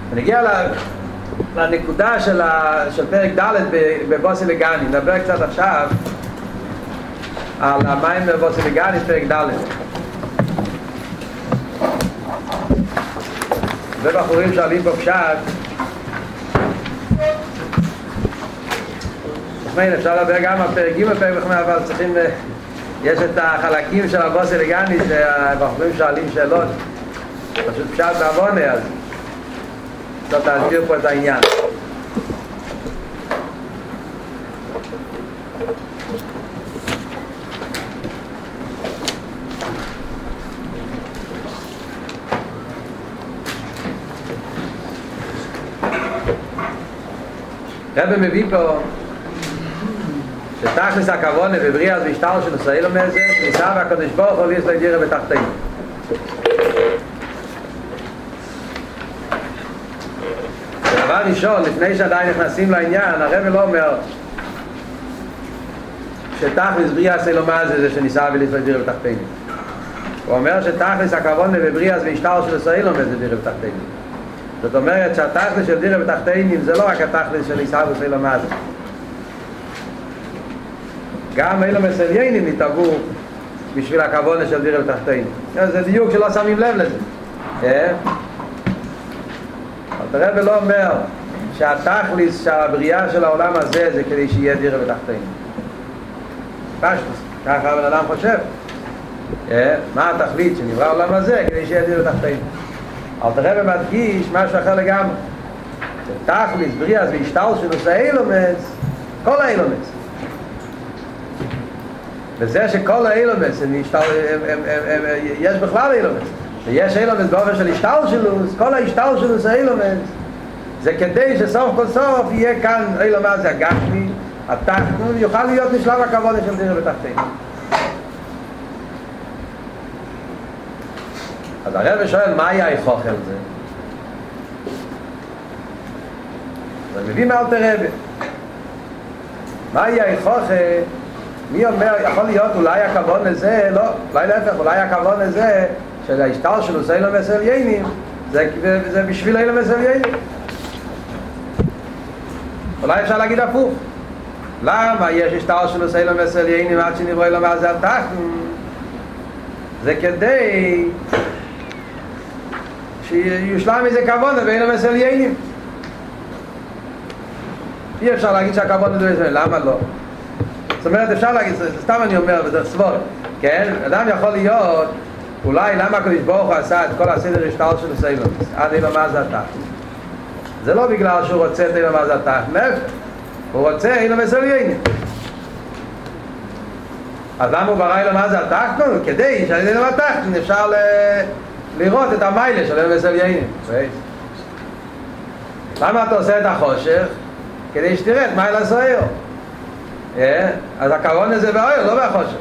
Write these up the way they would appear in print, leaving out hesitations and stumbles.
ונגיע לנקודה של פרק ד' בבוסי לגני. נדבר קצת עכשיו על המים בבוסי לגני, פרק ד'. ובחורים שואלים פה פשט, אפשר לדבר גם על פרק ג' פרק בחמי, אבל צריכים, יש את החלקים של הבוסי לגני שהבחורים שואלים שאלות, פשוט פשט בעוונה, אז צריך להסביר פה את העניין. רבי מביא פה שתכלס הכוונה בבריאה והשתל של ישראל ומזה ניסה והקדוש ברוך הוא ויש להגירה בתחתינו. דבר ראשון, לפני שעדיין נכנסים לעניין, הרבי לא אומר שתכלס בריאה ישראל ומזה זה שניסה ויש להגירה בתחתינו. הוא אומר שתכלס הכוונה בבריאה והשתל של ישראל ומזה דירה בתחתינו. זאת אומרת שהתכלס של דירה בתחתינים זה לא רק התכלס של ניסה וישראל ומזה. גם אילו מסליינים נתעבו בשביל הכוונה של דירה בתחתינים. זה דיוק שלא שמים לב לזה. אבל הרב לא אומר שהתכלס של הבריאה של העולם הזה זה כדי שיהיה דירה בתחתינים. פשטוס, ככה הבן אדם חושב. מה התכלית שנברא העולם הזה כדי שיהיה דירה בתחתינים. אבל הרב מדגיש משהו אחר לגמרי. תכלס, בריאה והשתל של נושא אילומס, כל האילומס. וזה שכל האילומס, יש בכלל אילומס. ויש אילומס באופן של השתל שלוס, כל ההשתל שלוס האילומס, זה כדי שסוף כל סוף יהיה כאן אילומס, זה הגשמי, התחתון, יוכל להיות משלב הכבוד של דירה בתחתינו. אז הרב שואל, מה היה היכוך על זה? אז מביא מאלתר רבי. מה היה היכוך? מי אומר, יכול להיות אולי הכוון לזה, לא, אולי להפך, אולי הכוון לזה של ההשתל שלו זה אילו מסליינים, זה בשביל אילו מסליינים. אולי אפשר להגיד הפוך. למה יש השתל שלו זה אילו מסליינים עד שנברא אילו מה זה התחתון? זה כדי שיושלם איזה כוון באילו מסליינים. אי אפשר להגיד שהכוון זה מסליינים, למה לא? זאת אומרת, אפשר להגיד, סתם אני אומר, בדרך סבור, כן? אדם יכול להיות, אולי למה הקדוש ברוך הוא עשה את כל הסדר השתל של הסילומס, עד אילו מה זה התחתון. זה לא בגלל שהוא רוצה את אילו מה זה התחתון, להפך, הוא רוצה אילו מסליינים. אז למה הוא ברא אילו מה זה התחתון? כדי שעל אילו מה התחתון אפשר לראות את המיילה של אילו מסליינים. למה אתה עושה את החושך? כדי שתראה את מיילה הסוער. אז הכוון הזה באויר, לא בחושך.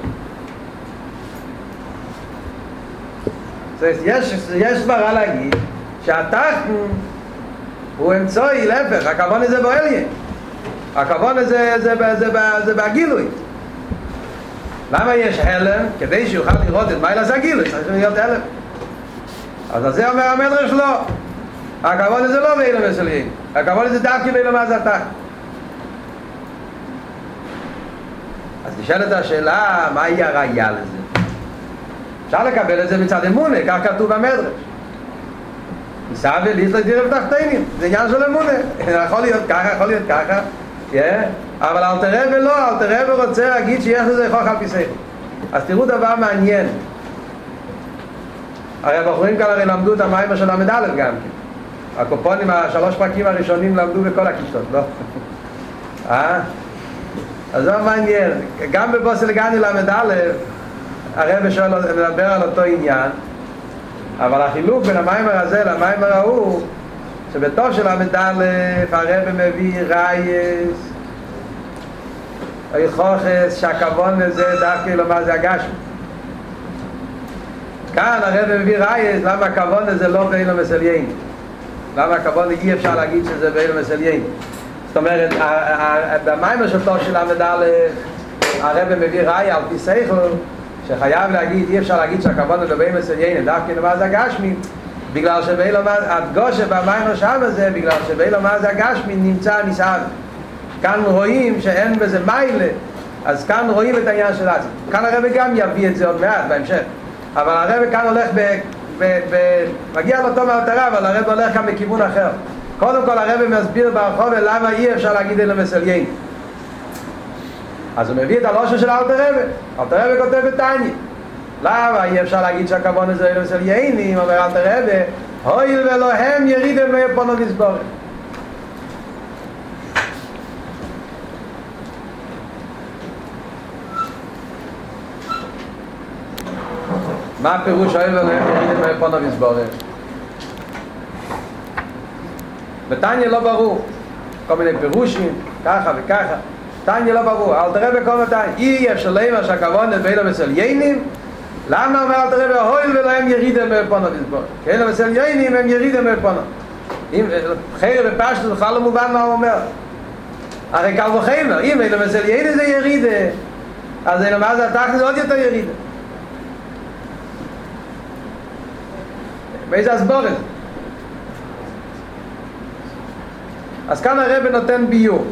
יש סברה להגיד שהתחתון הוא אמצעי, להפך, הכוון הזה באויר. הכוון הזה זה בהגילוי. למה יש הלם? כדי שיוכל לראות את מיילה זה הגילוי, צריך להיות הלם. אז זה אומר המדרש לא. הכוון הזה לא באילו מסליים. הכוון הזה דווקא באילו מה זה התחתון. אז נשאלת השאלה, מהי הראייה לזה? אפשר לקבל את זה מצד אמונה, כך כתוב במדרש. ניסה וליס לדירה בתחתינים, זה עניין של אמונה. יכול להיות ככה, יכול להיות ככה, אבל אלתר רבי לא, אלתר רבי רוצה להגיד שיש לזה חוק על פי שכל. אז תראו דבר מעניין. הרי הבחורים כאן הרי למדו את המיימר של ל"א גם כן. הקופונים, השלוש פרקים הראשונים למדו בכל הכיתות, לא? אז זה מעניין, גם בבוסי לגני ל"א הרב מדבר על אותו עניין, אבל החילוק בין המיימר הזה למיימר ההוא, שבתוך של ל"א הרב מביא רייס, היכוחס, שהכוון לזה דווקא למה זה הגשם. כאן הרב מביא רייס, למה הכוון לזה לא באילו מסליים, למה הכוון אי אפשר להגיד שזה באילו מסליים. זאת אומרת, במיימר של תוך של ל"א הרב מביא ראיה על פי שכל שחייב להגיד, אי אפשר להגיד שהכוון לגבי מסליינים דווקא למה זה הגשמי, בגלל שבאילום הדגושה במים שם הזה, בגלל שבאילום הזה הגשמי נמצא נסער. כאן רואים שאין בזה מיילה, אז כאן רואים את העניין של עצמי. כאן הרב גם יביא את זה עוד מעט בהמשך, אבל הרב כאן הולך מגיע לאותו מהמטרה, אבל הרב הולך כאן בכיוון אחר. קודם כל הרב מסביר ברחוב למה אי אפשר להגיד אלה מסליים. אז הוא מביא את הלושו של אלתר רבי. אלתר רבי כותב בתניא, למה אי אפשר להגיד שהכוון הזה אלה מסליינים? אומר אלתר רבי, הויל ולא הם ירידם לא יפונו לסבורת. מה הפירוש הויל ולא הם ירידם לא יפונו לסבורת? בתניא לא ברור, כל מיני פירושים, ככה וככה. תניא לא ברור, אלתר רבי כל מתניא, אי אפשר לומר שהכוון באילום מסליינים. למה אומר אלתר רבי, הויל ולא הם ירידם לא יפונו לסבורת? כי אלה מסליינים הם ירידם לא יפונו. חיירה בפשטות בכלל לא מובן מה הוא אומר. הרי קל וחומר, אם אילום מסליינים זה ירידה, אז אילום מה זה התחתית זה עוד יותר ירידה. באיזה הסבורת? אז כאן הרב נותן ביור.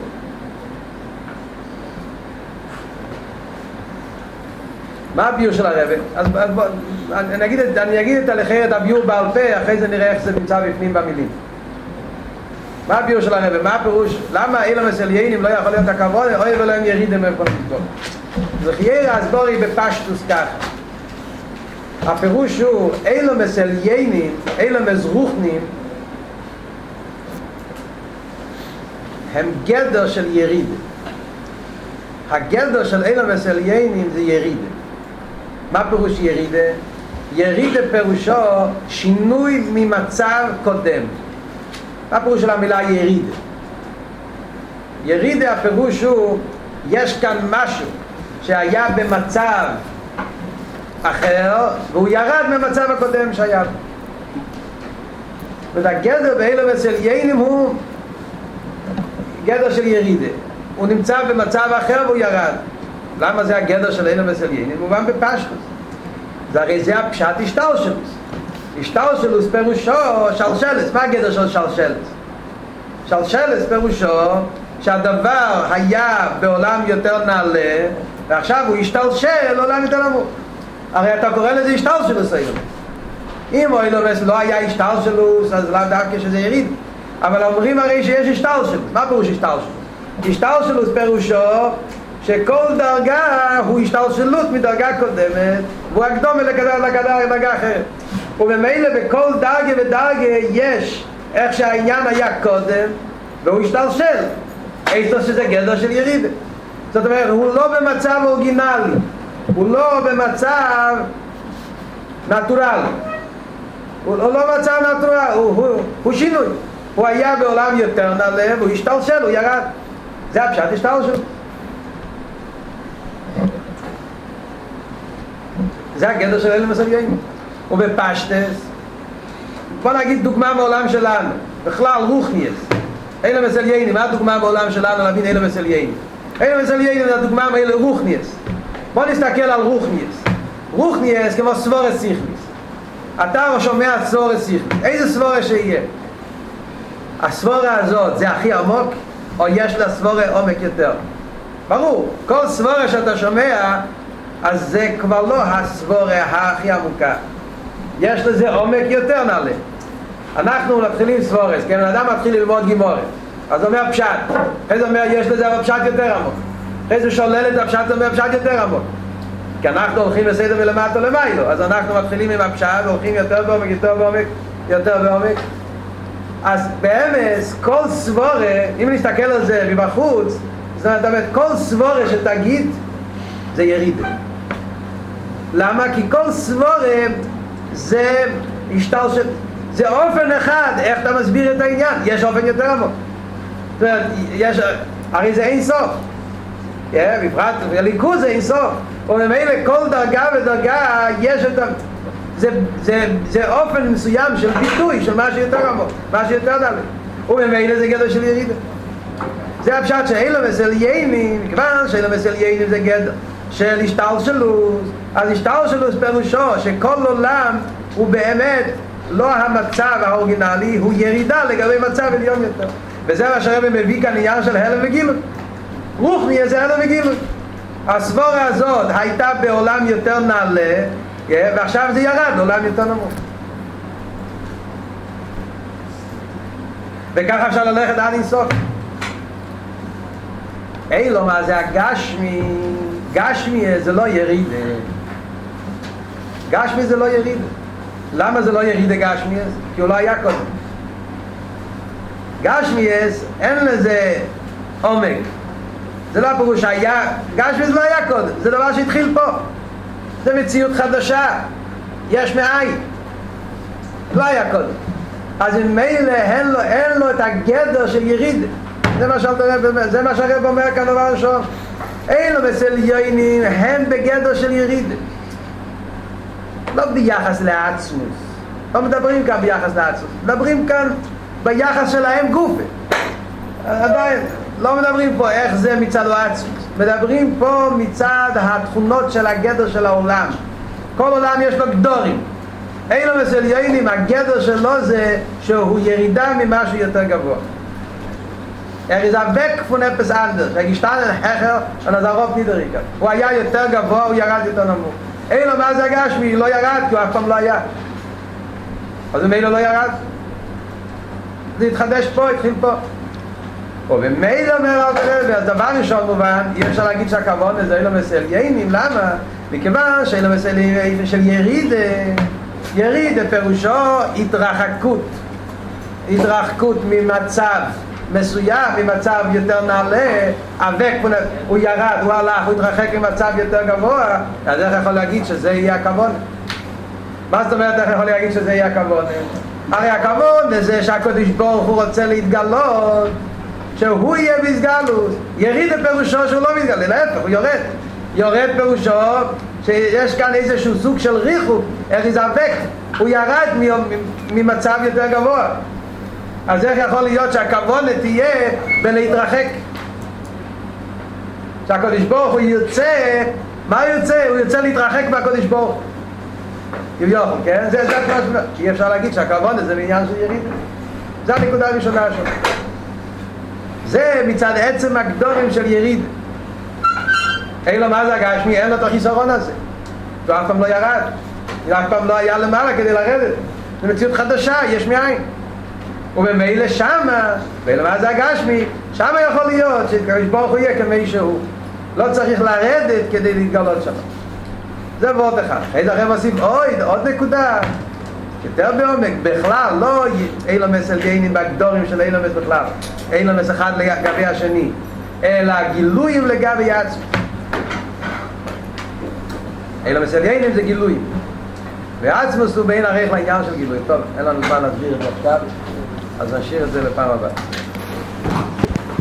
מה הביור של הרב? אז אני אגיד את הלכי את הביור בעל פה, אחרי זה נראה איך זה נמצא בפנים במילים. מה הביור של הרב? מה הפירוש? למה אילום מסליינים לא יכול להיות הכבוד, אוי ולא הם ירידם מאיפה נפתור? זה חיירה הסבורי בפשטוס ככה. הפירוש הוא, אילום מסליינים, אילום מזרוחנים, הם גדר של ירידה. הגדר של אילום מסליינים זה ירידה. מה פירוש ירידה? ירידה פירושו שינוי ממצב קודם. מה פירוש של המילה ירידה? ירידה הפירוש הוא, יש כאן משהו שהיה במצב אחר והוא ירד מהמצב הקודם שהיה. והגדר באילום מסליינים הוא גדר של ירידה. הוא נמצא במצב אחר והוא ירד. למה זה הגדר של אילום מסליינים? מובן בפשטוס. זה הרי זה הפשט השתלשלוס. השתלשלוס פירושו שלשלס. מה הגדר של שלשלס? שלשלס פירושו שהדבר היה בעולם יותר נעלה ועכשיו הוא השתלשל לעולם יותר נמוך. הרי אתה קורא לזה השתלשלוס אילום. אם אילום לא היה השתלשלוס אז לאו דווקא שזה יריד. אבל אומרים הרי שיש השתלשלוס. מה פירוש השתלשלוס? השתלשלוס פירושו שכל דרגה הוא השתלשלות מדרגה קודמת והוא הקדומה לדרגה אחרת. וממילא בכל דרגה ודרגה יש איך שהעניין היה קודם והוא השתלשל. איתו שזה גדר של ירידה. זאת אומרת, הוא לא במצב אורגינלי, הוא לא במצב נטורלי, הוא לא במצב נטורלי, הוא שינוי. הוא היה בעולם יותר נעלה והוא השתלשל, הוא ירד. זה הפשט השתלשל. זה הגדר של אילום מסליינים. ובפשטס, בוא נגיד דוגמה מעולם שלנו, בכלל רוחניאס. אילום מסליינים, מה הדוגמה בעולם שלנו להבין אילום מסליינים? אילום מסליינים זה הדוגמה מאלה רוחניאס. בוא נסתכל על רוחניאס. רוחניאס כמו סבורה סיכליס. אתה שומע סבורה סיכליס. איזה סבורה שיהיה? הסבורה הזאת זה הכי עמוק, או יש לה סבורה עומק יותר? ברור, כל סבורה שאתה שומע, אז זה כבר לא הסבורה הכי עמוקה. יש לזה עומק יותר נעלה. אנחנו מתחילים סבורס, כן? אדם מתחיל ללמוד גימורת, אז אומר פשט. אחרי זה אומר יש לזה אבל פשט יותר עמוק. אחרי זה שולל את הפשט, זה אומר פשט יותר עמוק. כי אנחנו הולכים בסדר מלמטה למיילו, אז אנחנו מתחילים עם הפשט והולכים יותר בעומק, יותר בעומק, יותר בעומק. אז באמס, כל סבורה, אם נסתכל על זה מבחוץ, זאת אומרת, כל סבורה שתגיד, זה ירידה. למה? כי כל סבורה זה השתלשלות. זה אופן אחד, איך אתה מסביר את העניין? יש אופן יותר עמוק. זאת אומרת, הרי זה אין סוף. בפרט, הליכוז זה אין סוף. וממילא כל דרגה ודרגה יש את זה אופן מסוים של ביטוי, של מה שיותר עמוק, מה שיותר דלה. וממילא זה גדר של ירידה. זה הפשט שאילום מסליינים, מכיוון שאילום מסליינים זה גדר של השתלשלות. אז השתלשלות פירושו שכל עולם הוא באמת לא המצב האורגינלי, הוא ירידה לגבי מצב עליון יותר. וזה מה שהרב מביא כאן עניין של הלם וגילוי. רוחני זה הלם וגילוי. הסבורה הזאת הייתה בעולם יותר נעלה, ועכשיו זה ירד לעולם יותר נמוך. וככה אפשר ללכת עד אינסוף. אילו מה זה הגשמי? גשמי זה לא ירידה. גשמי זה לא ירידה. למה זה לא ירידה גשמי? כי הוא לא היה קודם. גשמי אין לזה עומק. זה לא הפירוש היה, גשמי זה לא היה קודם, זה דבר שהתחיל פה. זה מציאות חדשה, יש מאין. לא היה קודם. אז אם מילא אין לו את הגדר של ירידה. זה מה שהרב אומר כאן דבר ראשון. אין לו מסליינים, הם בגדר של ירידה. לא ביחס לעצמוס. לא מדברים כאן ביחס לעצמוס. מדברים כאן ביחס שלהם גופה. עדיין, לא מדברים פה איך זה מצד העצמוס. מדברים פה מצד התכונות של הגדר של העולם. כל עולם יש לו גדורים. אין לו מסליינים, הגדר שלו זה שהוא ירידה ממשהו יותר גבוה. is a weg von etwas anderes. Gestanden Hecher und das Arop niedriger. הוא היה יותר גבוה, הוא ירד יותר נמוך. אין לו מה זה הגשמי, לא ירד, כי הוא אף פעם לא היה. אז מילא לא ירד. זה התחדש פה, התחיל פה. ובמילא אומר הרב, אז דבר ראשון מובן, אי אפשר להגיד שהכוון הזה אין לו מסליינים, למה? מכיוון שאין לו מסליינים של ירידה. ירידה פירושו התרחקות. התרחקות ממצב מסוים, ממצב יותר נעלה, הוא ירד, הוא הלך, הוא התרחק ממצב יותר גבוה, אז איך יכול להגיד שזה יהיה הכוון? מה זאת אומרת איך יכול להגיד שזה יהיה הכוון? הרי הכוון זה שהקדוש ברוך הוא רוצה להתגלות, שהוא יהיה בהתגלות. יריד פירושו שהוא לא מתגלה, להפך, הוא יורד. יורד פירושו שיש כאן איזשהו סוג של ריחוק, איך יזבק, הוא ירד ממצב יותר גבוה. אז איך יכול להיות שהכוונה תהיה בלהתרחק? שהקדוש ברוך הוא יוצא, מה יוצא? הוא יוצא להתרחק מהקדוש ברוך הוא. כביכול, כן? זה כמו שאי אפשר להגיד שהכוונה זה בעניין של ירידה. זה הנקודה הראשונה שלו. זה מצד עצם הגדורים של ירידה. אין לו מה זה הגשמי, אין לו את החיסרון הזה. הוא אף פעם לא ירד. הוא אף פעם לא היה למעלה כדי לרדת. זה מציאות חדשה, יש מאין. ובמילא שמה, ולמה זה הגשמי, שמה יכול להיות שקדוש ברוך הוא יהיה כמי שהוא. לא צריך לרדת כדי להתגלות שם. זה ועוד אחד. איזה אחר מוסיף עוד נקודה. יותר בעומק, בכלל, לא אילומס אלגיינים בגדורים של אילומס בכלל. אילומס אחד לגבי השני. אלא גילויים לגבי עצמי. אילומס אלגיינים זה גילויים. ועצמוס הוא בין ערך לעניין של גילוי. טוב, אין לנו זמן להסביר את זה עכשיו. אז נשאיר את זה לפעם הבאה.